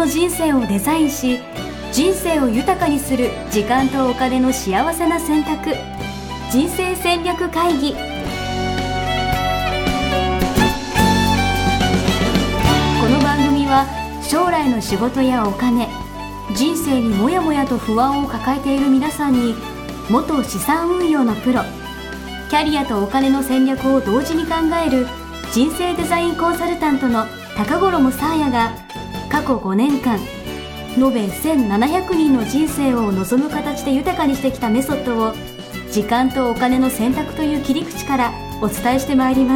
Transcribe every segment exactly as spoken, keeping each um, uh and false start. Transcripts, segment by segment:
の人生をデザインし、人生を豊かにする時間とお金の幸せな選択、人生戦略会議。この番組は将来の仕事やお金、人生にもやもやと不安を抱えている皆さんに、元資産運用のプロ、キャリアとお金の戦略を同時に考える人生デザインコンサルタントの高頃もさあやが、過去ごねんかん延べせんななひゃくにんの人生を望む形で豊かにしてきたメソッドを、時間とお金の選択という切り口からお伝えしてまいります。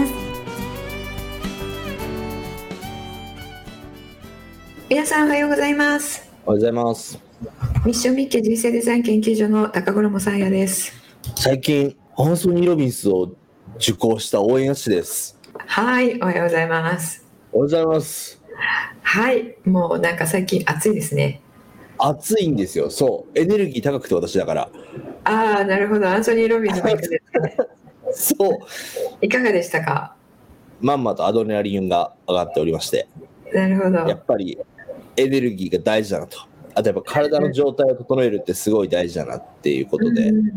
皆さんおはようございます。 おはようございます。 ミッションミッケ人生デザイン研究所の高頃もさあやです。 最近アンソニー・ロビンスを受講した大江氏です。 はい、おはようございます。 おはようございます。 はい、もうなんか最近暑いですね。 暑いんですよ。そうエネルギー高くて、私だから。 ああ、なるほど。アンソニー・ロビンスもいかがですかね。 そういかがでしたか。 まんまとアドレナリンが上がっておりまして、 なるほど。 やっぱりエネルギーが大事だなと。あとやっぱ体の状態を整えるってすごい大事だなっていうことで、 うんうんうん、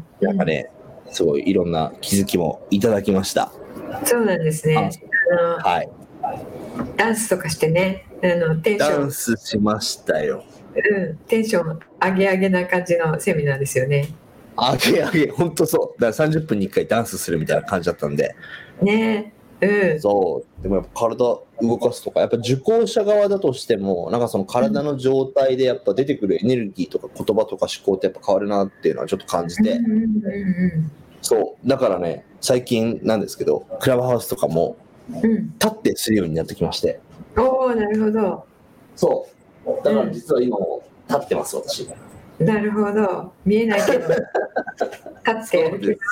なんかね、すごいいろんな気づきもいただきました。 そうなんですね。あの、はい、ダンスとかしてね、あのテンションダンスしましたよ。 うん、テンション上げ上げな感じのセミナーですよね。 上げ上げ、本当そう。だからさんじゅっぷんにいっかいダンスするみたいな感じだったんで。 ね、うん、 そうでもやっぱ体動かすとか、やっぱ受講者側だとしても、なんかその体の状態でやっぱ出てくるエネルギーとか言葉とか思考ってやっぱ変わるなっていうのはちょっと感じて、 うんうんうんうん、 そうだからね、最近なんですけど、クラブハウスとかも立ってするようになってきまして、 うん、おー、なるほど。 そうだから実は今も立ってます、私。 なるほど、見えないけど立って歩き回って、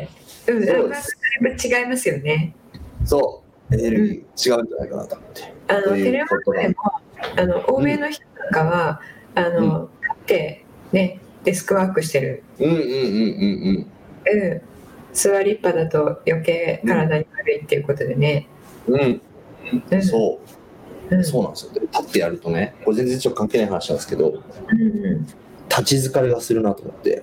うん、そうです。だいぶ違いますよね。 そうエネルギー違うんじゃないかなと思って、 うん、あのテレワークでもあの欧米の人なんかは、うん、あの立ってねデスクワークしてる。 うんうんうんうんうんうん、座りっぱだと余計体に悪いっていうことでね。 うん、うん、そう、 うん、 そうなんですよ。で立ってやるとね、これ全然ちょっと関係ない話なんですけど、 うんうん、 立ち疲れがするなと思って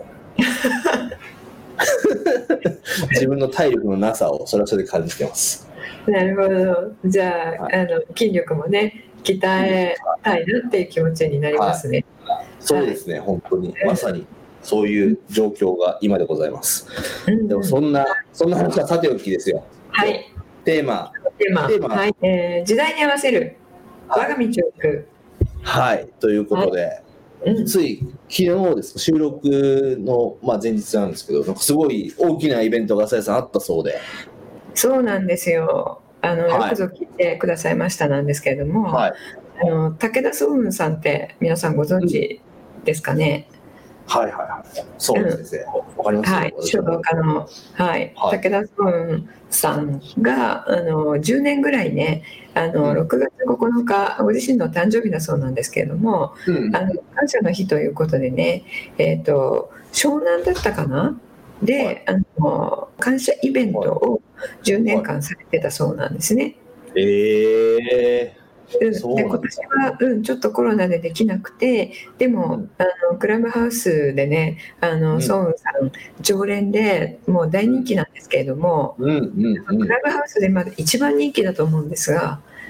自分の体力のなさをそれはそれで感じてます。 なるほど。じゃあ、はい、あの筋力もね鍛えたいなっていう気持ちになりますね。 はい、そうですね、はい、本当にまさにそういう状況が今でございます。うん、でもそんなそんな話はさておきですよ。 はい。 テーマテーマ、テーマはい、えー、時代に合わせる我が道を行く。 はい、ということで、はい、うん、つい昨日です収録の、まあ、前日なんですけど、なんかすごい大きなイベントがさやさんあったそうで。 そうなんですよ。あの、はい、よくぞ聞いてくださいましたなんですけれども、はい、あの武田総雲さんって皆さんご存知ですかね。 うん、はいはいはい、そうですね、うん、わかります、 はい、書道家の、はい、はい、武田総雲さんがあのじゅうねんぐらいね、あの、うん、ろくがつここのかご自身の誕生日だそうなんですけれども、うん、あの感謝の日ということでね、えーと、湘南だったかなで、はい、あの感謝イベントをじゅうねんかんされてたそうなんですね。 はい、えーうん、で今年は、うん、ちょっとコロナでできなくて、でも、うん、あのクラブハウスでね、あの、うん、ソンさん常連でもう大人気なんですけれども、 うんうんうん、 クラブハウスでまだ一番人気だと思うんですが、 うん、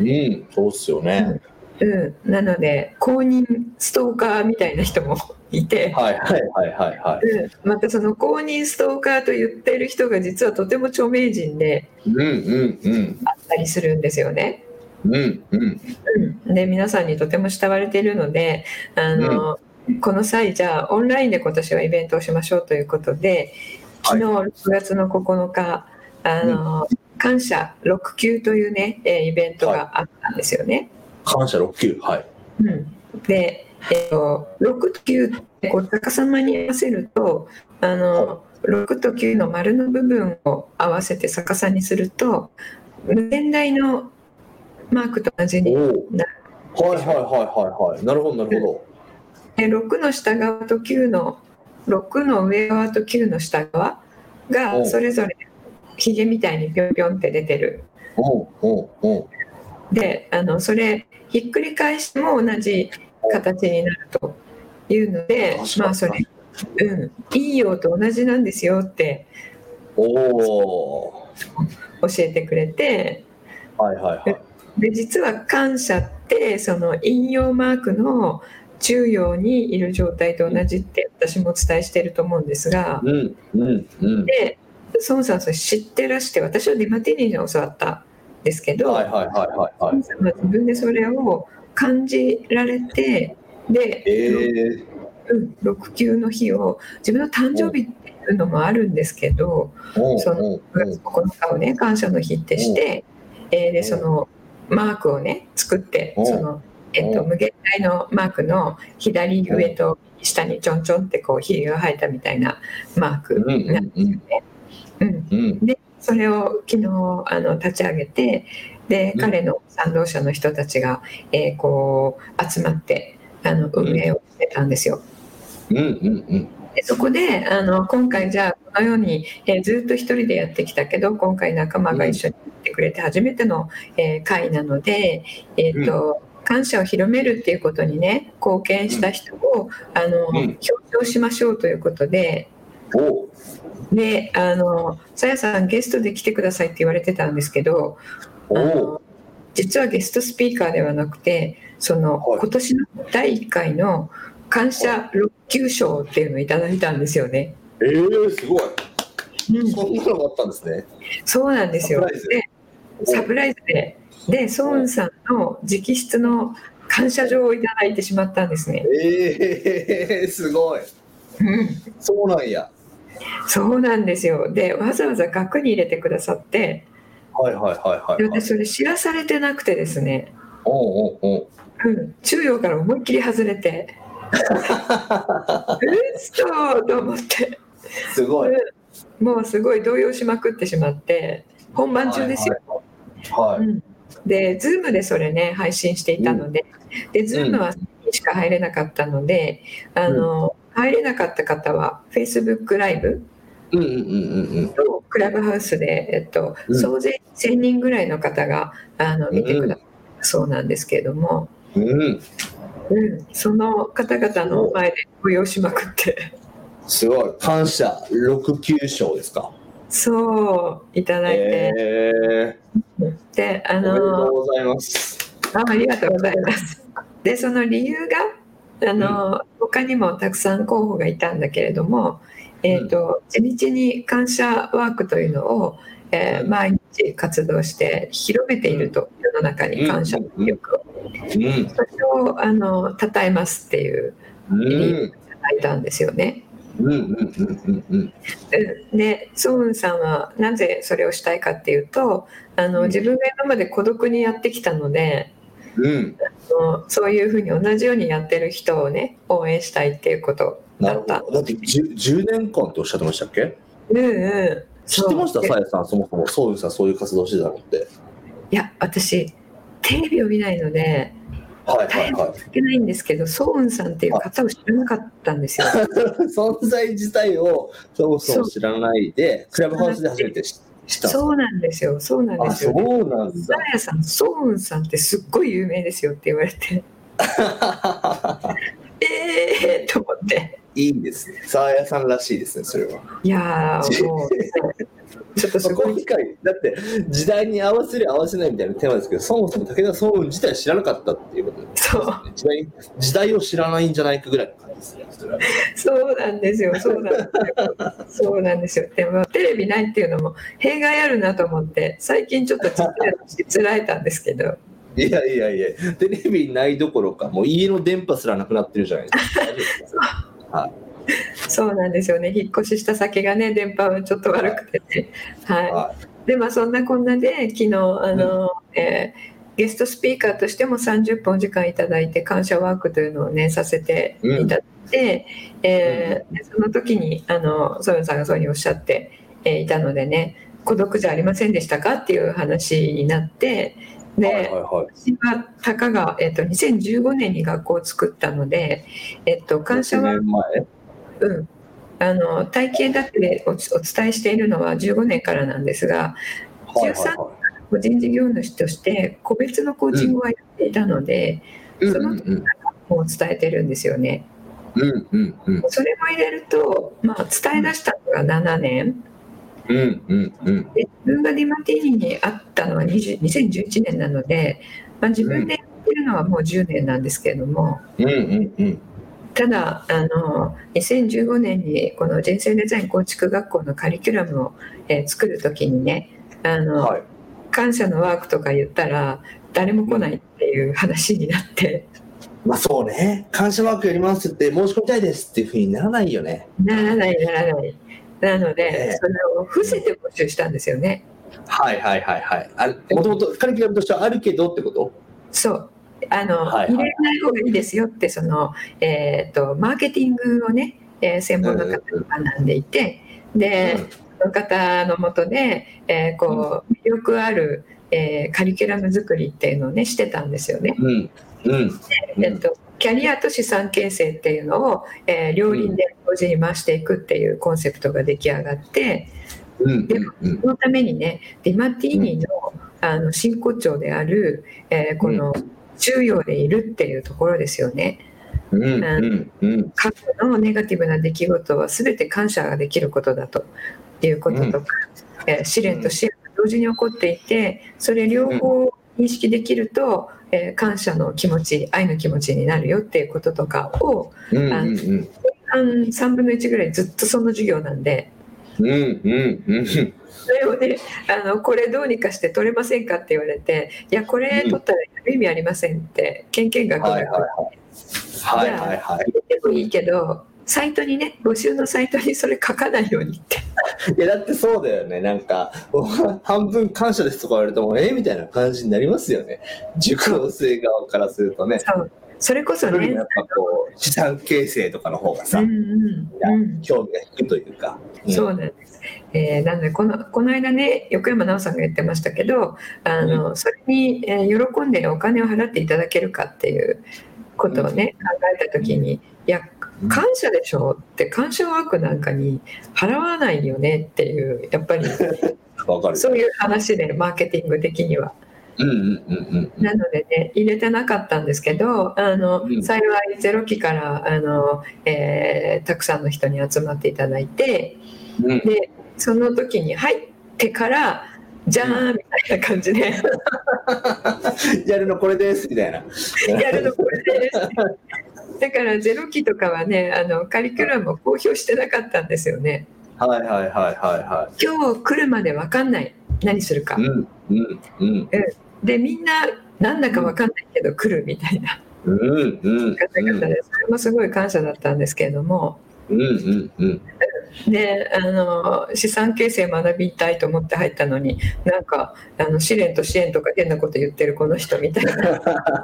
そうですよね、 うんうん、なので公認ストーカーみたいな人もいて、 はいはいはいはいはい、 うん、またその公認ストーカーと言ってる人が実はとても著名人で、 うんうんうん、 あったりするんですよね。 うんうんうん、で皆さんにとても慕われているので、あの、うん、この際じゃあオンラインで今年はイベントをしましょうということで、昨日ろくがつのここのか、あの、うん、感謝ろく級というねイベントがあったんですよね。 はい、感謝ろく級、はい、 うん、で、えっと、ろくときゅうってこう逆さまに合わせると、あの、はい、ろくときゅうの丸の部分を合わせて逆さにすると無限大のマークと同じになる。 はいはいはいはいはい。なるほどなるほど。 でろくの下側ときゅうのろくの上側ときゅうの下側がそれぞれヒゲみたいにぴょんぴょんって出てる。 おうおうおうであのそれひっくり返しても同じ形になるというので、まあそれ、うん、いいよと同じなんですよってお教えてくれて、 はいはいはい、 で実は感謝ってその引用マークの中央にいる状態と同じって私もお伝えしていると思うんですが、 うんうんうん、 で孫さんそれ知ってらして、私はディマティーニに教わったんですけど、 はいはいはいはい、はい、 孫さんは自分でそれを感じられて、で、 えーうん、ろく級の日を自分の誕生日っていうのもあるんですけど、そのくがつここのかをね感謝の日ってして、えー、でそのマークをね作って、その、えっと、無限大のマークの左上と下にちょんちょんってこうひげが生えたみたいなマークなんですよね。うんうん、でそれを昨日あの立ち上げて、で彼の賛同者の人たちが、えー、こう集まってあの運営をしてたんですよ。 うんうんうん、 でそこであの今回じゃあこのように、えー、ずっと一人でやってきたけど今回仲間が一緒にやってくれて初めての、えー、会なので、えーとうん、感謝を広めるっていうことにね貢献した人をあの、うん、表彰しましょうということで、であのさやさんゲストで来てくださいって言われてたんですけど、あの実はゲストスピーカーではなくてその、はい、今年のだいいっかいの感謝ろっ級賞っていうのをいただいたんですよね。 えー、すごい、うん、そんなのがあったんですね。 そうなんですよ。サプライズで、サプライズで、でソウンさんの直筆の感謝状をいただいてしまったんですね。 えー、すごい、うん、そうなんや。 そうなんですよ。でわざわざ額に入れてくださって、 はいはいはいはい、 はい、でそれ知らされてなくてですね、 おうおうおう、 うん、中央から思いっきり外れてうっそと思ってすごい、 もうすごい動揺しまくってしまって本番中ですよ。 はいはいはい、うん、 で Zoom でそれね配信していたので、うん、で Zoom はしか入れなかったので、うん、あの入れなかった方は Facebook ライブとクラブハウスで、えっと、総勢せんにんぐらいの方があの見てくださったそうなんですけれども、うんうん、その方々の前で動揺しまくってすごい、感謝ろく級賞ですか。 そういただいて、 えー、であのおめでとうございます。 あ, ありがとうございます。でその理由があの、うん、他にもたくさん候補がいたんだけれども、えーと、地道に感謝ワークというのを、えー、毎日活動して広めていると、世の中に感謝の魅力を、うん、それをあの称えますっていう理由をいただいたんですよね。でソウンさんはなぜそれをしたいかっていうと、あの自分が今まで孤独にやってきたので、うん、あのそういうふうに同じようにやってる人をね応援したいっていうことだった。 だって 10, じゅうねんかんっておっしゃってましたっけ。 うんうん、 知ってました？さやさんそもそもソウンさんそういう活動してたのって。 いや私テレビを見ないのではいはいはい、 いけないんですけど、ソウンさんっていう方を知らなかったんですよ。 存在自体をそもそも知らないでクラブハウスで初めて知った。 そうなんですよ、そうなんですよ。 あ、そうなんだ。 さやさん、ソウンさんってすっごい有名ですよって言われてえーと思って。 いいんですね、さやさんらしいですねそれは。 いやーもうちょっとすごいだって時代に合わせる合わせないみたいなテーマですけど、そもそも武田ソウン自体知らなかったっていうことで、ね、 そう時代時代を知らないんじゃないかぐらいの感じですね。 そうなんですよ、そうなんですよそうなんですよ。でもテレビないっていうのも弊害あるなと思って最近ちょっとちっちゃいしつらえたんですけどいやいやいや、テレビないどころかもう家の電波すらなくなってるじゃないですかはい、 そうなんですよね。引っ越しした先がね電波はちょっと悪くてね、はいはい、でまあそんなこんなで昨日あの、うんえー、ゲストスピーカーとしてもさんじゅっぷんお時間いただいて感謝ワークというのをねさせていただいて、うんえー、その時にあのソヨンさんがそういうふうにおっしゃっていたのでね、孤独じゃありませんでしたかっていう話になってで、はいはいはい、私はたかが、えー、とにせんじゅうごねんに学校を作ったので、えー、と感謝は、うん、あの体系だけで お, お伝えしているのはじゅうごねんからなんですが、はいはいはい、じゅうさんねん個人事業主として個別のコーチングはやっていたので、うん、その時からもう伝えてるんですよね。 うんうんうん、 それも入れると、まあ、伝え出したのがななねん、 うんうんうん、 で自分がディマティーニに会ったのはにせんじゅういちねんなので、まあ、自分でやってるのはもうじゅうねんなんですけれども、 うんうんうん、 ただあのにせんじゅうごねんにこの人生デザイン構築学校のカリキュラムを、えー、作るときにね、あの、はい、感謝のワークとか言ったら誰も来ないっていう話になって、 まあそうね、感謝ワークやりますって申し込みたいですっていうふうにならないよね。 ならないならない。なので、えー、それを伏せて募集したんですよね。 はいはいはいはい。あ、もともとカリキュラムとしてはあるけどってこと？ そう。あの、はいはい、入れない方がいいですよってその、えー、とマーケティングをね、えー、専門の方が学んでいて、うん、で、うん、その方の下で、えー、こう魅力ある、えー、カリキュラム作りっていうのをねしてたんですよね。 うんうんでえー、とキャリアと資産形成っていうのを、えー、両輪で同時に回していくっていうコンセプトが出来上がって、うん、でそのためにねディマティーニの、あの真骨頂である、えー、この中庸でいるっていうところですよね。うんうんうん、過去のネガティブな出来事は全て感謝ができることだということとか、うんえー、試練と支援が同時に起こっていて、それ両方認識できると、えー、感謝の気持ち、愛の気持ちになるよっていうこととかを、うんうんうん、さんぶんのいちぐらいずっとその授業なんで、うんうんうん、それをねあのこれどうにかして取れませんかって言われて、いやこれ取ったらやる意味ありませんってけんけんがくがく、 はいはいはい、 入れてもいいけどサイトにね募集のサイトにそれ書かないようにっていやだってそうだよね、なんか半分感謝ですとか言われてもえー、みたいな感じになりますよね、受講生側からするとね。 そうそれこそね、 やっぱこう資産形成とかの方がさ、うんうんうん、興味が引くというか、 うん、そうなんです、えー、なのでこの、この間ね横山直さんが言ってましたけど、あの、うん、それに、えー、喜んでお金を払っていただけるかっていうことをね、うん、考えた時に、いや感謝でしょって、感謝ワークなんかに払わないよねっていう、やっぱりそういう話でマーケティング的には。うんうんうんうん、なのでね入れてなかったんですけど、あの、うん、幸いゼロ期からあの、えー、たくさんの人に集まっていただいて、うん、でその時に入ってからじゃーんみたいな感じでやるのこれですみたいなやるのこれですだからゼロ期とかはねあのカリキュラムを公表してなかったんですよね。 はいはいはいはいはい。 今日来るまで分かんない、何するか、うんうんうんうん、でみんななんだか分かんないけど来るみたいな方々で、それもすごい感謝だったんですけれども、うんうんうん、であの資産形成学びたいと思って入ったのになんかあの試練と支援とか変なこと言ってるこの人みたいな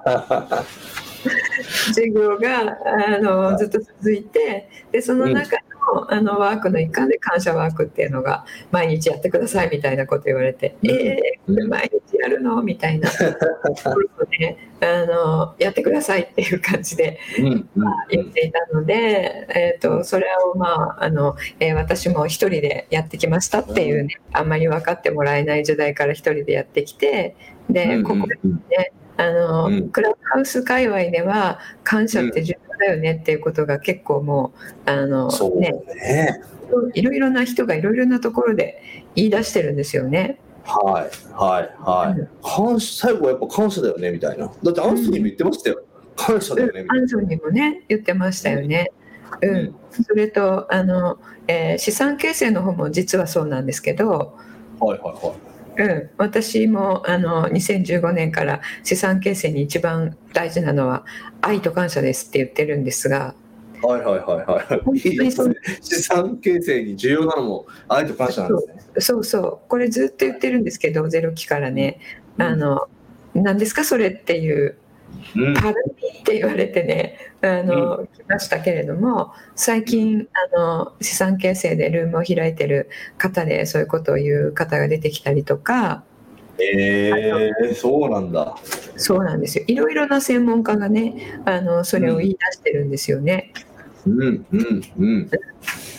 授業があのずっと続いて、でその中の、うん、あのワークの一環で感謝ワークっていうのが毎日やってくださいみたいなこと言われて、うん、えー、毎日やるのみたいなね、あのやってくださいっていう感じで、うんまあ、言っていたので、えー、とそれを、まああのえー、私も一人でやってきましたっていうね、あんまり分かってもらえない時代から一人でやってきて、でここでねあの、うん、クラブハウス界隈では感謝って重要だよねっていうことが結構もうあのそうね、ね、 いろいろな人がいろいろなところで言い出してるんですよね。 はいはいはい、うん、感謝、最後はやっぱ感謝だよねみたいな。だってアンソニーも言ってましたよ、うん、感謝だよねみたいな。 アンソニーもね言ってましたよね、うんうん、それとあの、えー、資産形成の方も実はそうなんですけど、 はいはいはいうん、私もあのにせんじゅうごねんから資産形成に一番大事なのは愛と感謝ですって言ってるんですが、 はいはいはいはい、いいですね。資産形成に重要なのも愛と感謝なんですね。 そうそうそう、これずっと言ってるんですけどゼロ期からね、うん、あの何ですかそれっていう軽いって言われてねあの、うん、来ましたけれども、最近あの資産形成でルームを開いてる方でそういうことを言う方が出てきたりとか、 えー、そうなんだ。 そうなんですよ。いろいろな専門家がねあのそれを言い出してるんですよね。 うんうんうん、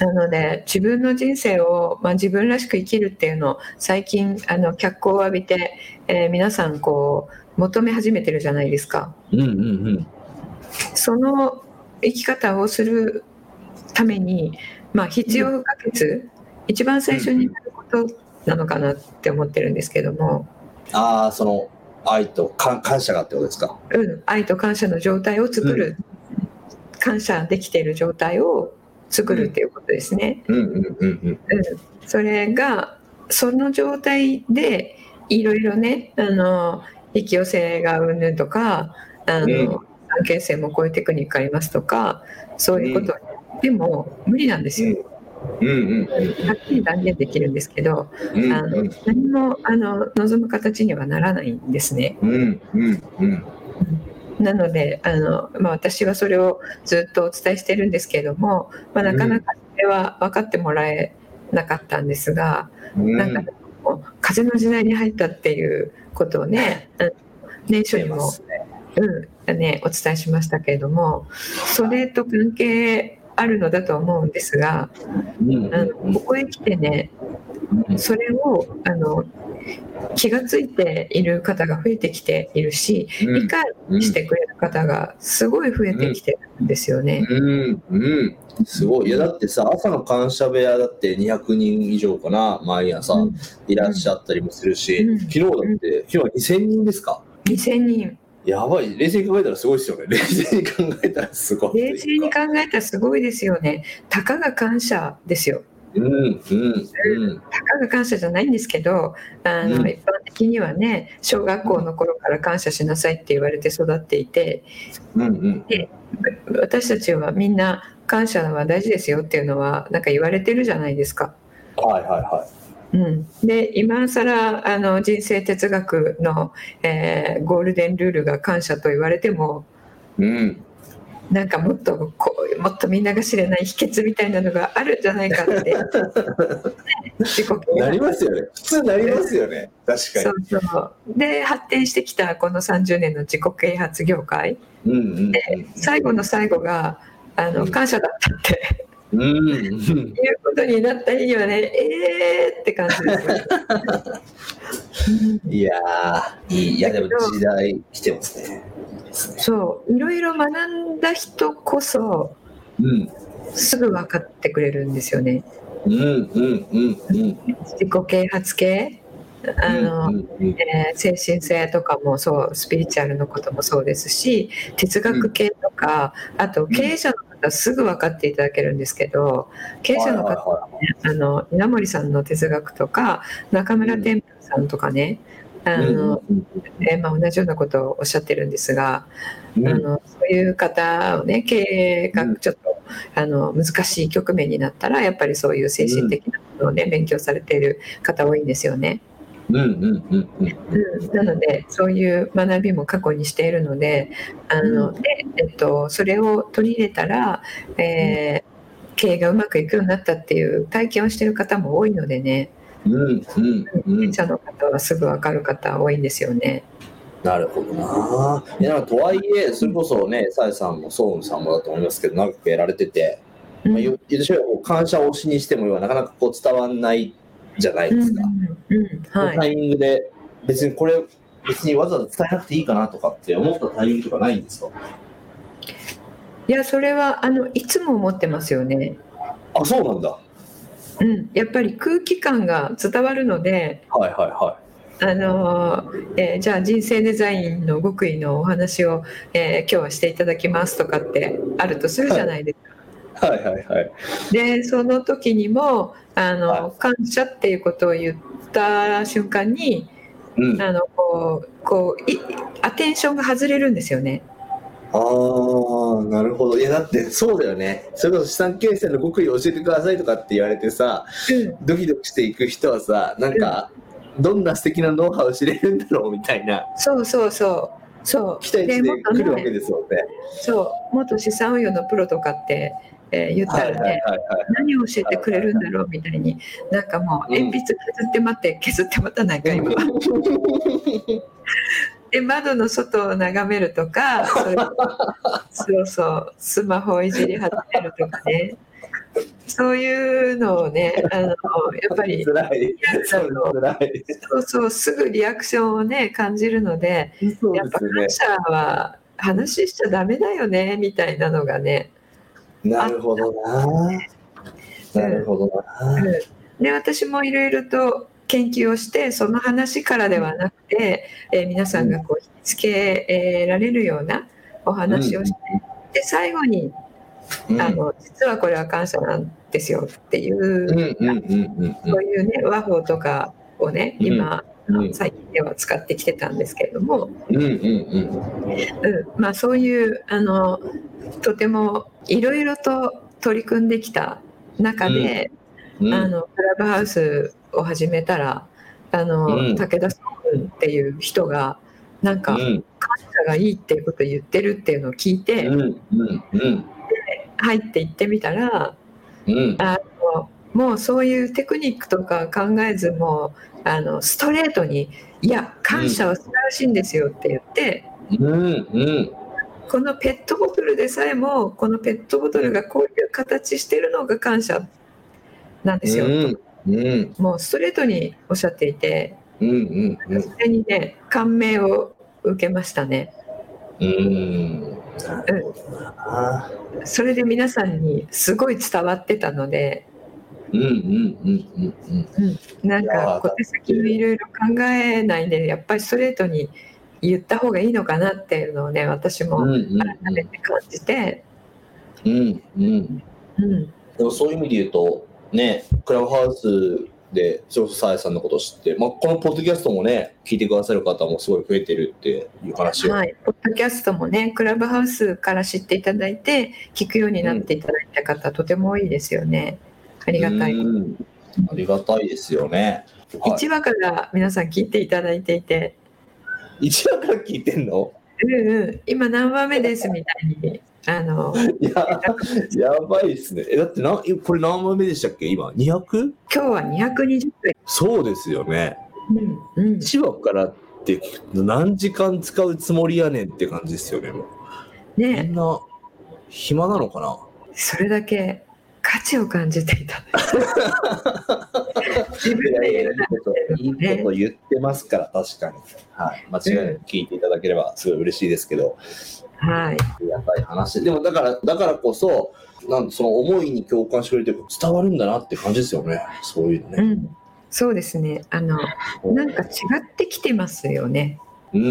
なので自分の人生を、まあ、自分らしく生きるっていうのを最近あの脚光を浴びて、えー、皆さんこう求め始めてるじゃないですか、 うんうんうん、 その生き方をするために、まあ、必要不可欠、うん、一番最初になることなのかなって思ってるんですけども、 ああ、その愛と感謝がってことですか。 うん、愛と感謝の状態を作る、うん、感謝できている状態を作るっていうことですね。それがその状態でいろいろね、あの引き寄せがうんぬんとか、あの、うん、関係性もこういうテクニックありますとか、そういうことでも無理なんですよ。うんうんうん、はっきり断言できるんですけど、うんうん、あの何もあの望む形にはならないんですね。うんうんうんなのであの、まあ、私はそれをずっとお伝えしてるんですけれども、まあ、なかなかそれは分かってもらえなかったんですが、うん、なんか風の時代に入ったっていうことをね、年初にも、うんね、お伝えしましたけれども、それと関係あるのだと思うんですが、うん、あのここへ来てね、それをあの気がついている方が増えてきているし、理解してくれる方がすごい増えてきてるんですよね。 うんうんうん、すごい。いやだってさ、朝の感謝部屋だってにひゃくにん以上かな、毎朝いらっしゃったりもするし、うん、昨日だって昨日はにせんにんですか。 にせんにん。 やばい。冷静に考えたらすごいですよね。冷静に考えたらすごい。 冷静に考えたらすごいですよね。たかが感謝ですよ。うんうんうん、たかが感謝じゃないんですけど、あの、うん、一般的にはね、小学校の頃から感謝しなさいって言われて育っていて、うんうん、で私たちはみんな感謝は大事ですよっていうのはなんか言われてるじゃないですか。 はいはいはい。 うん、で今更あの人生哲学の、えー、ゴールデンルールが感謝と言われても、うん、なんかもっとこうもっとみんなが知れない秘訣みたいなのがあるんじゃないかってなりますよね。普通なりますよね。確かに。 そうそうで発展してきたこのさんじゅうねんの自己啓発業界、うんうんうん、で最後の最後があの、うん、感謝だったってうん、いうことになった日にはね、えーって感じですよ。 いやー、いい、いやでも時代来てますね。 そう、いろいろ学んだ人こそ、うん、すぐ分かってくれるんですよね。うんうんうんうん、自己啓発系、あの、うんうんうんえー、精神性とかもそう、スピリチュアルのこともそうですし、哲学系とか、うん、あと経営者の方はすぐ分かっていただけるんですけど、経営者の方は、ね、あの稲森さんの哲学とか中村天風さんとかね、あのえーまあ、同じようなことをおっしゃってるんですが、うん、あのそういう方をね、経営がちょっと、うん、あの難しい局面になったらやっぱりそういう精神的なことをね、うん、勉強されている方多いんですよね。うんうんうんうん、なのでそういう学びも過去にしているので、あので、えっと、それを取り入れたら、えー、経営がうまくいくようになったっていう体験をしている方も多いのでね、うんうんうん、経営者の方はすぐ分かる方多いんですよね。 なるほどな。いやとはいえそれこそね、さえさんもソウンさんもだと思いますけど長くやられてて、うんまあ、言ってしまえば感謝をしにしてもなかなかこう伝わんないじゃないですか、うんうんはい、タイミングで別にこれ別にわざわざ伝えなくていいかなとかって思ったタイミングとかないんですか？ いやそれはあのいつも思ってますよね。 あ、そうなんだ。 うん、やっぱり空気感が伝わるので、はいはいはい、あのえー、じゃあ人生デザインの極意のお話を、えー、今日はしていただきますとかってあるとするじゃないですか、はい、はいはいはいでその時にもあの、はい、感謝っていうことを言った瞬間に、うん、あのこうこういアテンションが外れるんですよね。 ああ、なるほど。いやだってそうだよね。それこそ資産形成の極意を教えてくださいとかって言われてさ、うん、ドキドキしていく人はさ、なんか、うん、どんな素敵なノウハウを知れるんだろうみたいな。 そうそうそうそう。 期待値で来るわけですよね。 そう元資産運用のプロとかって。えー、言ったらね、何を教えてくれるんだろうみたいに、なんかもう鉛筆削って待って削って待たないか今で窓の外を眺めるとかそれそうそうスマホをいじり始めるとかねそういうのをね、あのやっぱり辛い辛いそうそうすぐリアクションをね感じるので、 そうですね、 やっぱ感謝は話しちゃダメだよねみたいなのがね。 なるほどな、なるほどな、 うんうん、で私もいろいろと研究をしてその話からではなくて、えー、皆さんがこう引きつけられるようなお話をして、うん、で最後に、うん、あの実はこれは感謝なんですよっていう、そういうね和法とかをね今、うん、最近では使ってきてたんですけれども、まあそういうあのとてもいろいろと取り組んできた中で、うん、あのクラブハウスを始めたらあの、うん、武田さんっていう人がなんか、うん、感謝がいいっていうことを言ってるっていうのを聞いて、うんうんうん、で入っていってみたら、うん、あのもうそういうテクニックとか考えずもあのストレートにいや感謝は素晴らしいんですよって言って、うんうんこのペットボトルでさえもこのペットボトルがこういう形してるのが感謝なんですよ、うんうん、もうストレートにおっしゃっていて、うんうんうん、それにね感銘を受けましたね。うん、うん、それで皆さんにすごい伝わってたので、うんうんうんうんうん、なんか小手先のいろいろ考えないでやっぱりストレートに言った方がいいのかなっていうのをね私も改めて感じて、うんうんうん、でもそういう意味で言うとねクラブハウスでそれこそさやさんのことを知って、まあ、このポッドキャストもね聞いてくださる方もすごい増えてるっていう話を、はい、ポッドキャストもねクラブハウスから知っていただいて聞くようになっていただいた方、うん、とても多いですよね。ありがたい、うん、ありがたいですよね、はい、いちわから皆さん聞いていただいていていちわから聞いてんの？うんうん、今何話目ですみたいにあのいややばいですね。えだってなこれ何話目でしたっけ今 にひゃく？ 今日はにひゃくにじゅっぷん。そうですよね、うんうん、いちわからって何時間使うつもりやねんって感じですよね。もうねみんな暇なのかな。それだけ価値を感じていた自分で言うなっていいこと言ってますから確かに、はい、間違いなく聞いていただければすごい嬉しいですけど、うん、はい、ありがたい話でもだからだからこそなんその思いに共感してくれて伝わるんだなって感じですよね。そういうのね、うん、そうですね。あのなんか違ってきてますよね。うんうん。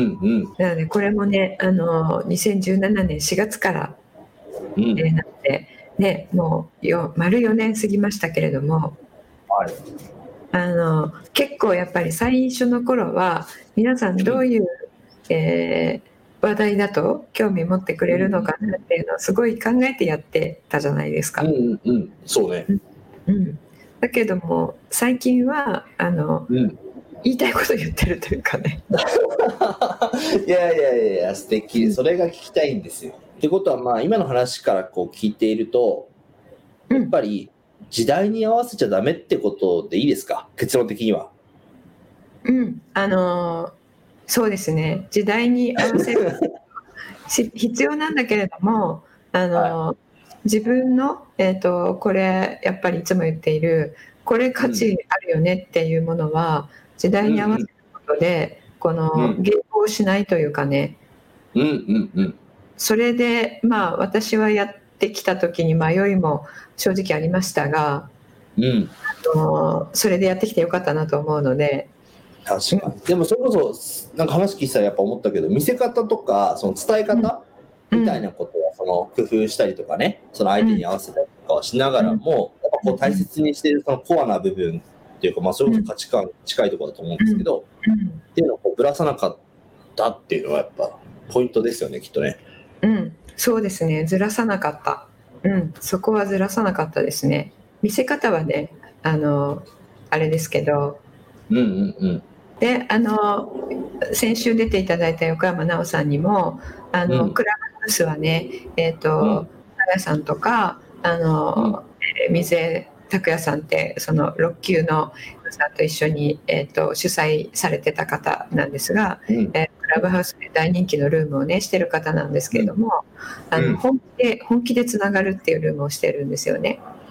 なのでこれもねあのにせんじゅうななねんしがつから、うんえー、なってね、もうよ丸よねん過ぎましたけれども、はい、あの結構やっぱり最初の頃は皆さんどういう、うんえー、話題だと興味持ってくれるのかなっていうのをすごい考えてやってたじゃないですか。うんうん、そうね、うん、だけども最近はあの、うん、言いたいこと言ってるというかねいやいやいや素敵、それが聞きたいんですよ。ってことはまあ今の話からこう聞いているとやっぱり時代に合わせちゃダメってことでいいですか、結論的には。うんあのー、そうですね、時代に合わせる必要なんだけれどもあのーはい、自分の、えーと、これやっぱりいつも言っているこれ価値あるよねっていうものは、うん、時代に合わせることで、うん、この迎合しないというかね、うんうんうん、それでまあ私はやってきた時に迷いも正直ありましたが、うん、あのそれでやってきてよかったなと思うので。確かに、うん、でもそれこそなんか話聞いてたらやっぱ思ったけど見せ方とかその伝え方みたいなことはその工夫したりとかね、その相手に合わせたりとかはしながらも、やっぱこう大切にしているそのコアな部分っていうか、まあそれこそ価値観に近いところだと思うんですけど、っていうのをこうぶらさなかったっていうのはやっぱポイントですよね、きっとね。うん、そうですね、ずらさなかった、うん、そこはずらさなかったですね。見せ方はね、あのあれですけど、うんうんうん、であの先週出ていただいた横山奈緒さんにもあの、うん、クラブハウスはね、えーと、加賀さんとかあの、うん、水江拓也さんってそのろっ級のさんと一緒に、えーと、主催されてた方なんですが、うん、えー、クラブハウスで大人気のルームをねしてる方なんですけれども、うん、あの本気で本気でつながるっていうルームをしてるんですよね。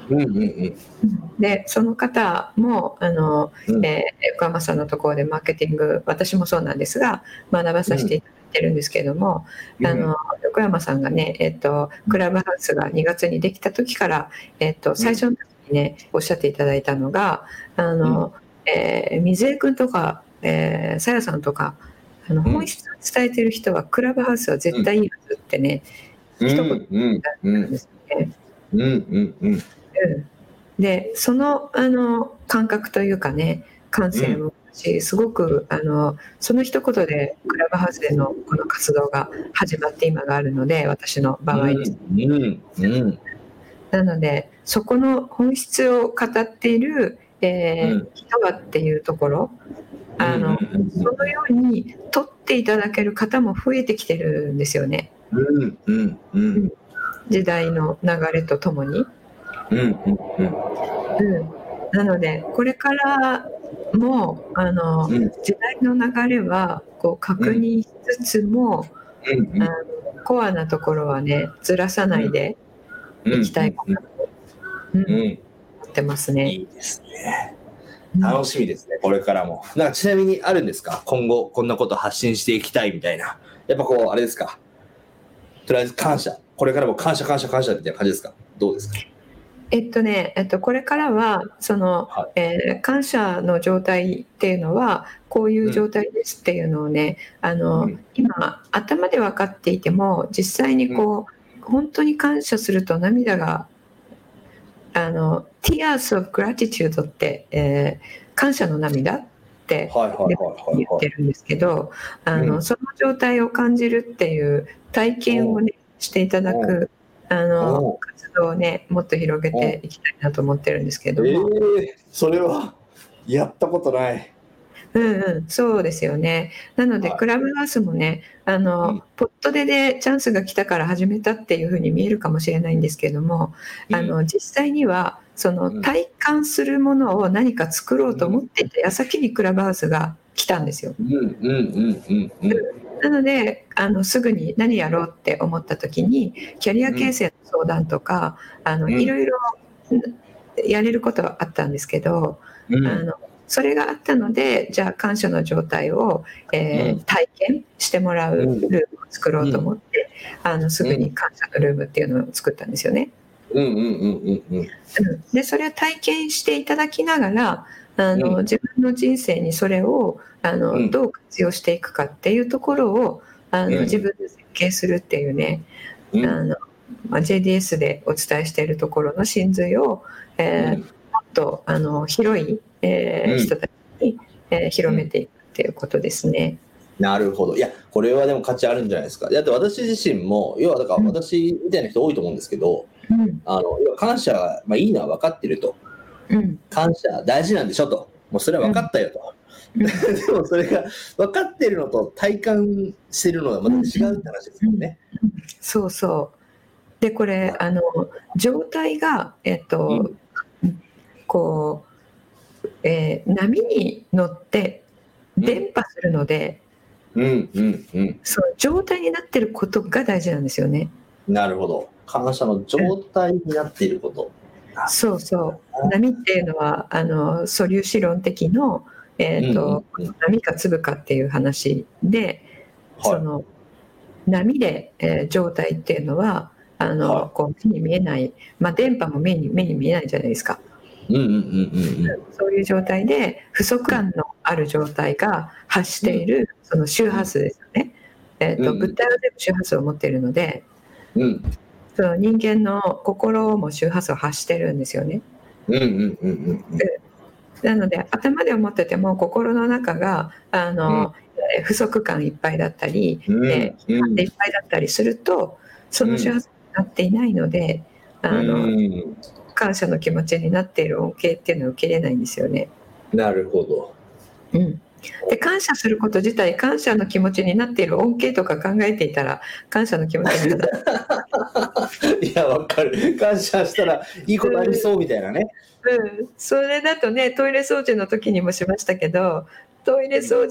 うんうんうん、 でその方もあの、うんえー、横山さんのところでマーケティング、私もそうなんですが学ばさせていただいてるんですけれども、うん、あの横山さんがね、えーと、クラブハウスがにがつにできた時から、えーと、最初の時にね、うん、おっしゃっていただいたのがあの、うんえー、水江君とかさや、えー、さんとかあの本質を伝えてる人はクラブハウスは絶対いいはずってね、うん、一言言ったんですね。 うんうんうんうんでその、あの感覚というかね、感性もし、うん、すごくあのその一言でクラブハウスでのこの活動が始まって今があるので、私の場合です、 うんうんうん、 なのでそこの本質を語っている、えーうん、人はっていうところ、あの、うんうんうん、そのように取っていただける方も増えてきてるんですよね、 うんうんうん、 時代の流れとともに。うんうんうんうん、なのでこれからもあの、うん、時代の流れはこう確認しつつも、うんうん、あのコアなところはねずらさないでいきたいかなと思ってますね。 いいですね。楽しみですね、これからも。なんかちなみにあるんですか、今後こんなこと発信していきたいみたいな。やっぱこうあれですか、とりあえず感謝、これからも感謝感謝感謝みたいな感じですか、どうですか。 えっとね、えっと、これからはその、はいえー、感謝の状態っていうのはこういう状態ですっていうのをね、うん、あの、うん、今頭で分かっていても実際にこう、うん、本当に感謝すると涙があの Tears of Gratitude って、えー、感謝の涙って言ってるんですけど、あの、うん、その状態を感じるっていう体験をねしていただくあの活動をねもっと広げていきたいなと思ってるんですけども、えー、それはやったことない。 うんうん、そうですよね。なので、はい、クラブハウスもねあの、うん、ポットででチャンスが来たから始めたっていうふうに見えるかもしれないんですけども、うん、あの実際にはその体感するものを何か作ろうと思っていた矢先にクラブハウスが来たんですよ。なのであのすぐに何やろうって思った時にキャリア形成の相談とか、うん、あのいろいろやれることはあったんですけど、うん、あのそれがあったのでじゃあ感謝の状態を、えーうん、体験してもらうルームを作ろうと思って、うん、あのすぐに感謝のルームっていうのを作ったんですよね。でそれを体験していただきながらあの、うん、自分の人生にそれをあの、うん、どう活用していくかっていうところをあの、うん、自分で設計するっていうね、うん、あのまあ、ジェイディーエス でお伝えしているところの真髄を、えーうん、もっとあの広い、えーうん、人たちに、えー、広めていくっていうことですね。 なるほど。いやこれはでも価値あるんじゃないですか。だって私自身も要はだから私みたいな人多いと思うんですけど、うん、あの要は感謝が、まあ、いいのは分かってると、うん、感謝大事なんでしょと、もうそれは分かったよと、うん、でもそれが分かってるのと体感してるのがまた違うって話ですよね、 うんうん、そうそうでこれあの状態が、えっとうん、こう、えー、波に乗って伝播するので、 うんうんうん、 その状態になっていることが大事なんですよね。 なるほど、感謝の状態になっていること、 うん、そうそう波っていうのはあの素粒子論的の、えーとうんうんうん、波か粒かっていう話で、はい、その波で、えー、状態っていうのはあの、はい、こう目に見えない、まあ、電波も目に、目に見えないじゃないですか。 うんうんうんうん、 そういう状態で不足感のある状態が発しているその周波数ですよね、えーと、物体は全部周波数を持っているので、うん、その人間の心も周波数を発してるんですよね。 うんうんうんうん、 なので頭で思ってても心の中があの、うん、不足感いっぱいだったり、うんえー、いっぱいだったりするとその周波数になっていないので、うん、あのうん感謝の気持ちになっている恩恵っていうのは受けれないんですよね。 なるほど、 うん、で感謝すること自体感謝の気持ちになっている恩恵とか考えていたら感謝の気持ちになるいやわかる、感謝したらいいことありそうみたいなね、 うんうん、それだとねトイレ掃除の時にもしましたけどトイレ掃除は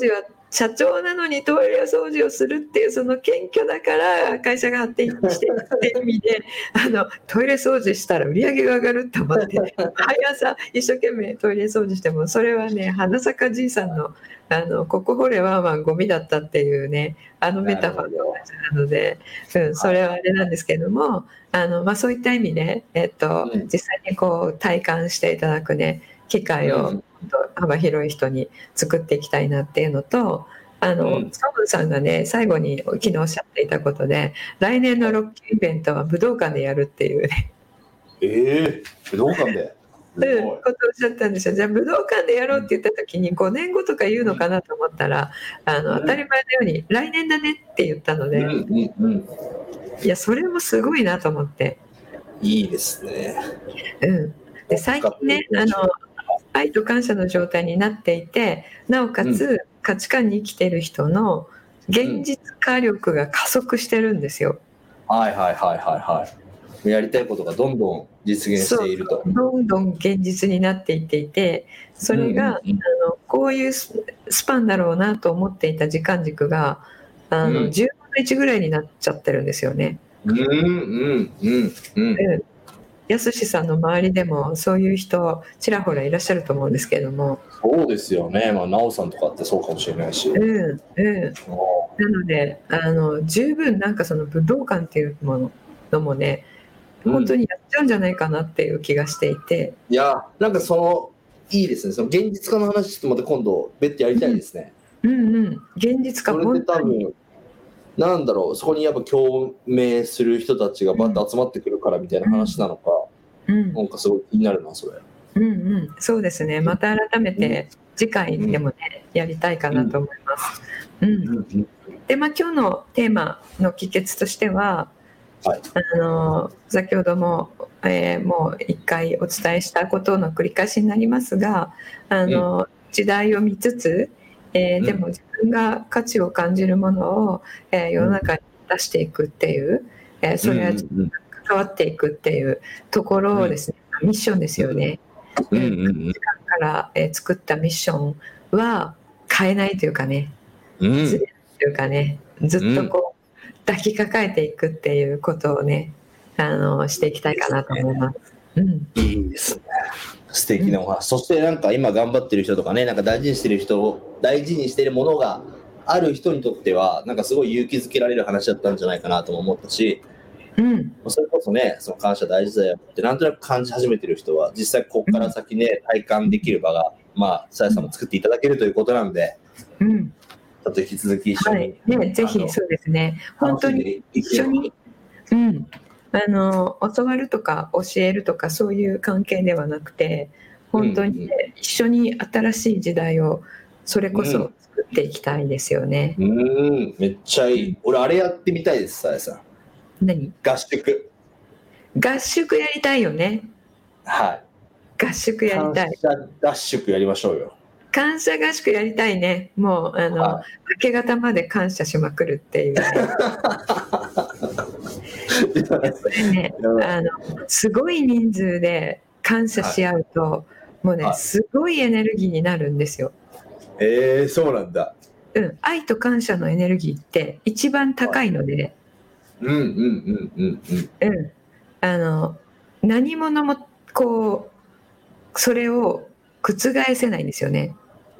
社長なのにトイレ掃除をするっていうその謙虚だから会社が発展していくっていう意味であのトイレ掃除したら売り上げが上がると思って毎朝一生懸命トイレ掃除してもそれはね花咲じいさんのあのここ掘れはまあゴミだったっていうねあのメタファーなので、うん、それはあれなんですけどもあの、まあ、そういった意味で、えっと、実際にこう体感していただくね機会を幅広い人に作っていきたいなっていうのとあの、うん、ソムさんがね最後に昨日おっしゃっていたことで来年のロッキーイベントは武道館でやるっていうねえー、武道館でうん、ことをおっしゃったんですよ。じゃあ武道館でやろうって言った時にごねんごとか言うのかなと思ったらあの当たり前のように来年だねって言ったので、うんうんうん、いやそれもすごいなと思っていいですね、 うん、で最近ねあの愛と感謝の状態になっていてなおかつ、うん、価値観に生きてる人の現実化力が加速してるんですよ、 うん、はいはいはいはいはいやりたいことがどんどん実現しているとどんどん現実になっていっていてそれが、うんうん、あのこういうスパンだろうなと思っていた時間軸があの、うん、じゅうぶんのいちぐらいになっちゃってるんですよね。 うんうんうんうんやすしさんの周りでもそういう人ちらほらいらっしゃると思うんですけれどもそうですよね、まあ、なおさんとかってそうかもしれないし、うんうん、 なのであの十分なんかその武道館っていうもののもね本当にやっちゃうんじゃないかなっていう気がしていて、 うん、いやなんかそのいいですねその現実化の話ちょっとまた今度別途やりたいですね、 うん、うんうん現実化それで多分なんだろうそこにやっぱ共鳴する人たちがバッと集まってくるからみたいな話なのか、うん、なんかすごい気になるなそれ。 うんうん、そうですねまた改めて次回でもね、うん、やりたいかなと思います、うんうんうん、でまあ今日のテーマの帰結としては、はい、あの先ほども、えー、もう一回お伝えしたことの繰り返しになりますがあの、うん、時代を見つつ、えー、でも自分が価値を感じるものを、えー、世の中に出していくっていう、えー、それは変わっていくっていうところをですね、うん、ミッションですよね、うんうんうん、時間から、えー、作ったミッションは変えないというかね、うん、ずれないというかねずっとこう、うん、抱きかかえていくっていうことをねあのしていきたいかなと思います。 うん、いいですね素敵なお話、うん、そしてなんか今頑張ってる人とかねなんか大事にしてる人大事にしてるものがある人にとってはなんかすごい勇気づけられる話だったんじゃないかなとも思ったし、うん、それこそねその感謝大事だよってなんとなく感じ始めてる人は実際ここから先ね体感できる場がまあさやさんも作っていただけるということなんで、うん、ちょっと引き続き一緒に、はいね、ぜひそうですね本当に一緒に、うん、あの教わるとか教えるとかそういう関係ではなくて本当に、ねうんうん、一緒に新しい時代をそれこそ作っていきたいですよね、 うん、うんめっちゃいい俺あれやってみたいですさやさん何合宿合宿やりたいよねはい合宿やりたい感謝合宿やりましょうよ感謝合宿やりたいねもうあの、はい、明け方まで感謝しまくるっていうねこれねあのすごい人数で感謝し合うと、はい、もうね、はい、すごいエネルギーになるんですよ。 えー、そうなんだ、 うん、愛と感謝のエネルギーって一番高いので、はい、 うんうんうんうんうんうんあの何者もこうそれを覆せないんですよね。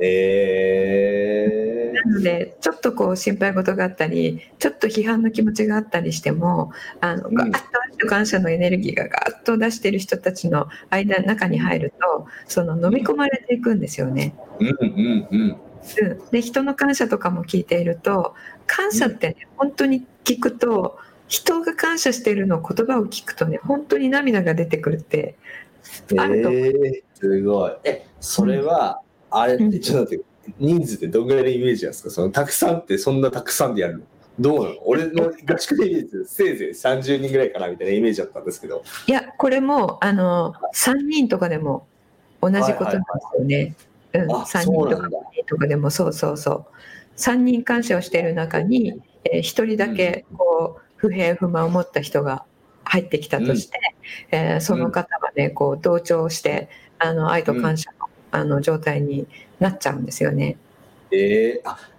えー、 なのでちょっとこう心配事があったりちょっと批判の気持ちがあったりしてもあの、うん、ガーッと感謝のエネルギーがガーッと出している人たちの間中に入るとその飲み込まれていくんですよね、 うんうんうんうん、で人の感謝とかも聞いていると感謝って、ね、本当に聞くと人が感謝しているの言葉を聞くとね本当に涙が出てくるってあると思う、えー、すごいえそれは、うん、あれってちょっと待って、うん、人数ってどんぐらいのイメージなんですかそのたくさんってそんなたくさんでやるのどうなの俺の合宿でイメージせいぜいさんじゅうにんぐらいかなみたいなイメージだったんですけどいやこれもあのさんにんとかでも同じことなんですよね、はいはいはいうん、さんにんとかごにんとかでもそうそうそうさんにん感謝をしている中に、えー、ひとりだけこう、うん不平不満を持った人が入ってきたとして、うんえー、その方はねこう同調してあの愛と感謝の、うん、あの状態になっちゃうんですよね。 えー、あ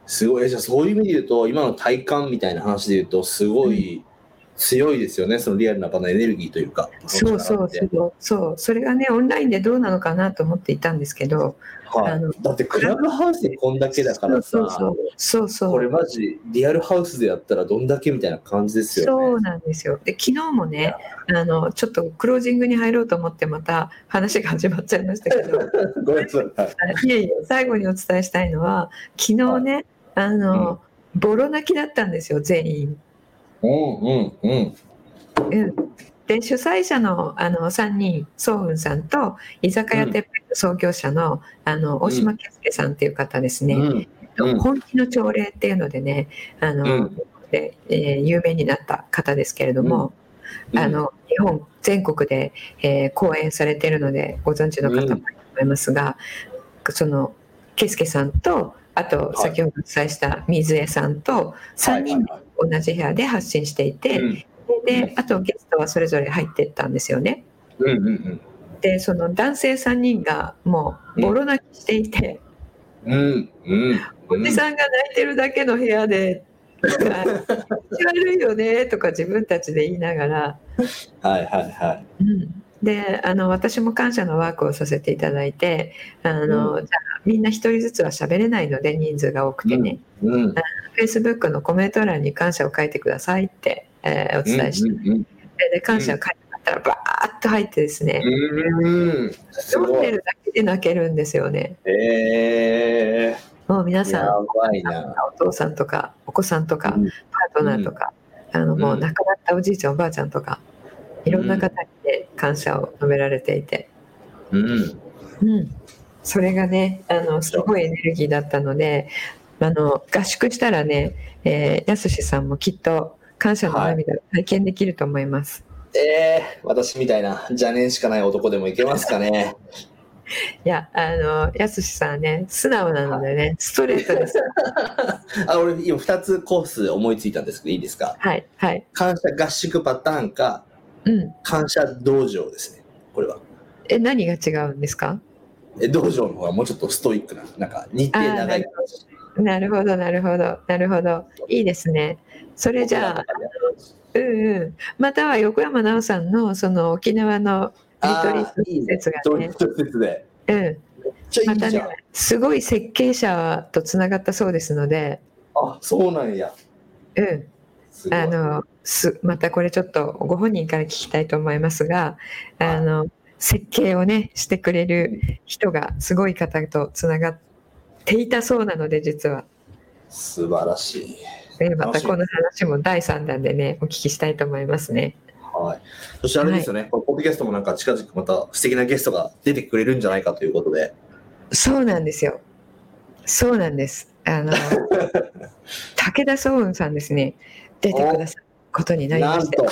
すごい。じゃあそういう意味で言うと、今の体感みたいな話で言うと、すごい強いですよね、そのリアルな場のエネルギーというか。 そうそうそうそう、それがね、オンラインでどうなのかなと思っていたんですけど、 はい、あのだってクラブハウスでこんだけだからさ、そうそうそうそう、これマジリアルハウスでやったらどんだけみたいな感じですよね。 そうなんですよ。で、昨日もね、あのちょっとクロージングに入ろうと思ってまた話が始まっちゃいましたけどごめんなさい。 いえいえ、最後にお伝えしたいのは、昨日ね、はい、あの、うん、ボロ泣きだったんですよ、全員。 うんうんうん。 うんで主催者 の, あのさんにん、ソウンさんと居酒屋てっぺいの創業者 の,、あの大島圭介さんっていう方ですね、うんうん、本気の朝礼っていうのでね、あの、うんでえー、有名になった方ですけれども、うん、あの日本全国で、えー、講演されているのでご存知の方もいると思いますが、うん、その圭介さんとあと先ほどお伝えした水江さんとさんにんで同じ部屋で発信していて、はいはいはい、であとゲストはそれぞれ入っていったんですよね、 うんうんうん、 でその男性さんにんがもうボロ泣きしていて、 うんうんうん、 おじさんが泣いてるだけの部屋で悪いよねとか自分たちで言いながらはいはいはい、 うんであの私も感謝のワークをさせていただいて、あの、うん、じゃあみんな一人ずつは喋れないので人数が多くてね、うんうん、Facebook のコメント欄に感謝を書いてくださいって、えー、お伝えして、うんうんうん、で感謝を書いてもらったらバーッと入ってですね、うん、読んでるだけで泣けるんですよね。 へー、 もう皆さん、 やばいな、 お父さんとかお子さんとか、うん、パートナーとか、うん、あのもう亡くなったおじいちゃんおばあちゃんとかいろんな方に、ね、感謝を述べられていて、 うんうん、それがねあのすごいエネルギーだったので、あの合宿したらね、えー、やすしさんもきっと感謝の涙を体験できると思います、 はい、えー、私みたいな邪念しかない男でもいけますかねいや、あのやすしさんね素直なのでね、はい、ストレートですあ、俺今ふたつコース思いついたんですけどいいですか。 はいはい。 感謝合宿パターンか、うん、感謝道場ですね。これはえ何が違うんですか。 え道場の方がもうちょっとストイックな、なんか日程長い。 なるほどなるほどなるほど、いいですね。それじゃあ、うんうん、または横山奈緒さんのその沖縄のリトリート施設がね、 いいね、 うん、またねすごい設計者とつながったそうですので。 あ、そうなんや。 うん。あのすまたこれちょっとご本人から聞きたいと思いますが、あの設計をねしてくれる人がすごい方とつながっていたそうなので、実は素晴らしい。 でまたこの話もだいさんだんでねお聞きしたいと思いますね。 はい。そしてあれですよね、はい、ポッドキャストもなんか近々また素敵なゲストが出てくれるんじゃないかということで。 そうなんですよ。そうなんです。あの武田壮雲さんですね、出てくださることになりました。 なんと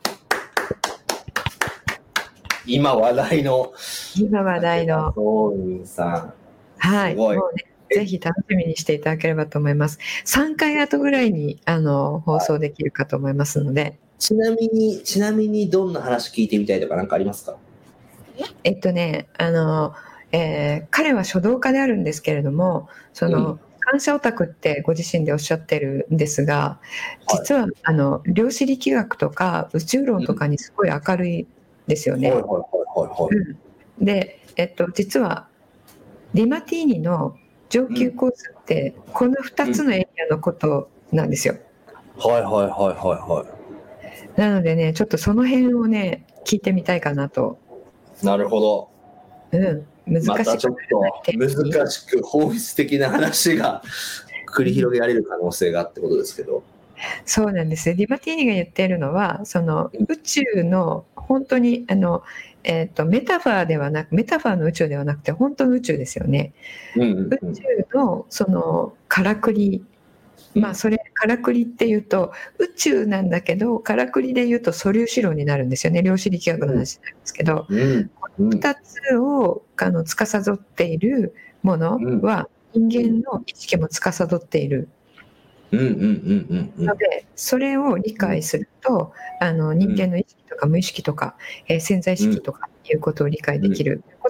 今話題の今話題の壮雲さん、 はい、もうねぜひ楽しみにしていただければと思います。さんかい後ぐらいにあの放送できるかと思いますので、はい、 ちなみにちなみにどんな話聞いてみたいとか何かありますか。 えっとねあの、えー、彼は書道家であるんですけれども、その、うん、感謝オタクってご自身でおっしゃってるんですが、実は、はい、あの量子力学とか宇宙論とかにすごい明るいですよね。で、えっと、実はディマティーニの上級コースってこのふたつのエリアのことなんですよ。 うん、はいはいはいはいはい。 なのでねちょっとその辺をね聞いてみたいかなと。 なるほど。 うん、難しまたちょっと難しく本質的な話が繰り広げられる可能性があってことですけど。 そうなんです。ディマティーニが言っているのはその宇宙の本当にあの、えーと、メタファーではなくメタファーの宇宙ではなくて本当の宇宙ですよね。うんうんうん、宇宙のそのからくり、まあそれからくりっていうと宇宙なんだけどからくりでいうと素粒子論になるんですよね。量子力学の話なんですけど、うんうんうん、ふたつをあの司っているものは人間の意識も司っている。 うんうんうんうん、 のでそれを理解すると、あの人間の意識とか無意識とか、えー、潜在意識とかいうことを理解できるというこ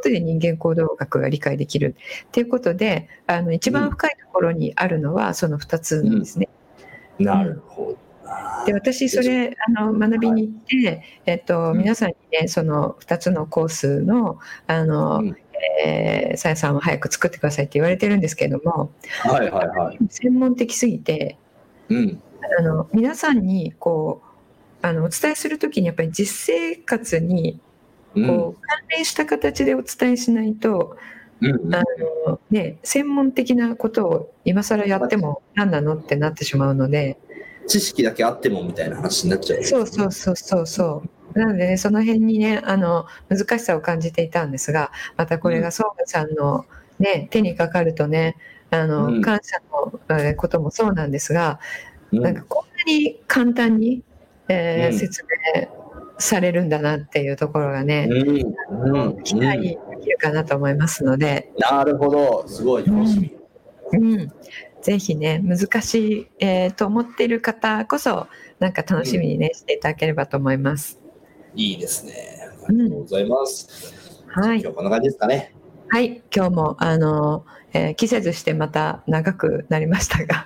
ことで人間行動学が理解できるっていうことで、あの一番深いところにあるのはそのふたつなんですね。 うん、なるほど。 で私それあの学びに行って、えっと、皆さんにねそのふたつのコースのあの、うんえー、さやさんは早く作ってくださいって言われてるんですけれども、 はいはいはい、 専門的すぎて、うん、あの皆さんにこうあのお伝えするときにやっぱり実生活にこう、うん、関連した形でお伝えしないと、うんあのね、専門的なことを今更やっても何なのってなってしまうので、 知識だけあってもみたいな話になっちゃう、ね、 そうそうそうそうそうなので、ね、その辺にねあの難しさを感じていたんですが、またこれがそうがさんの、ね、手にかかるとねあの、うん、感謝のこともそうなんですが、うん、なんかこんなに簡単に、えーうん、説明されるんだなっていうところがね、うんうん、期待できるかなと思いますので、 なるほど、すごい楽しみ、 うんうんぜひね難しい、えー、と思っている方こそなんか楽しみにね、うん、していただければと思います。 いいですね、ありがとうございます、うん、はい、今日こんな感じですかね。 はい、今日もあの、えー、季節してまた長くなりましたが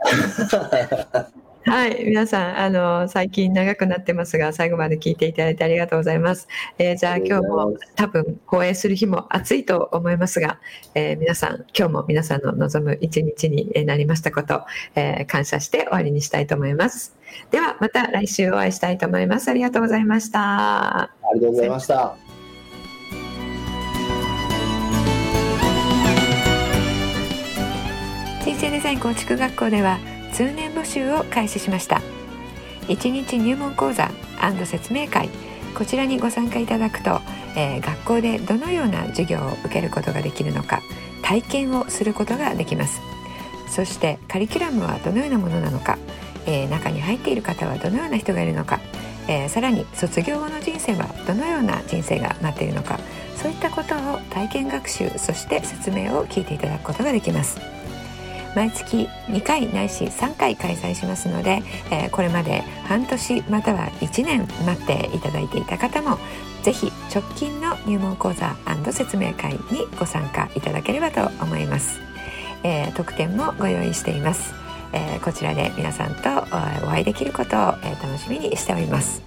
はい、皆さんあの最近長くなってますが最後まで聞いていただいてありがとうございます。えー、じゃあ今日も多分放映する日も暑いと思いますが、えー、皆さん今日も皆さんの望む一日になりましたこと、えー、感謝して終わりにしたいと思います。ではまた来週お会いしたいと思います。ありがとうございました。 ありがとうございました。 人生デザイン構築学校では通年募集を開始しました。いちにち入門講座&説明会、こちらにご参加いただくと、えー、学校でどのような授業を受けることができるのか体験をすることができます。そしてカリキュラムはどのようなものなのか、えー、中に入っている方はどのような人がいるのか、えー、さらに卒業後の人生はどのような人生が待っているのか、そういったことを体験学習、そして説明を聞いていただくことができます。毎月にかいないしさんかい開催しますので、えー、これまで半年またはいちねん待っていただいていた方もぜひ直近の入門講座&説明会にご参加いただければと思います。えー、特典もご用意しています。えー、こちらで皆さんとお会いできることを、えー、楽しみにしております。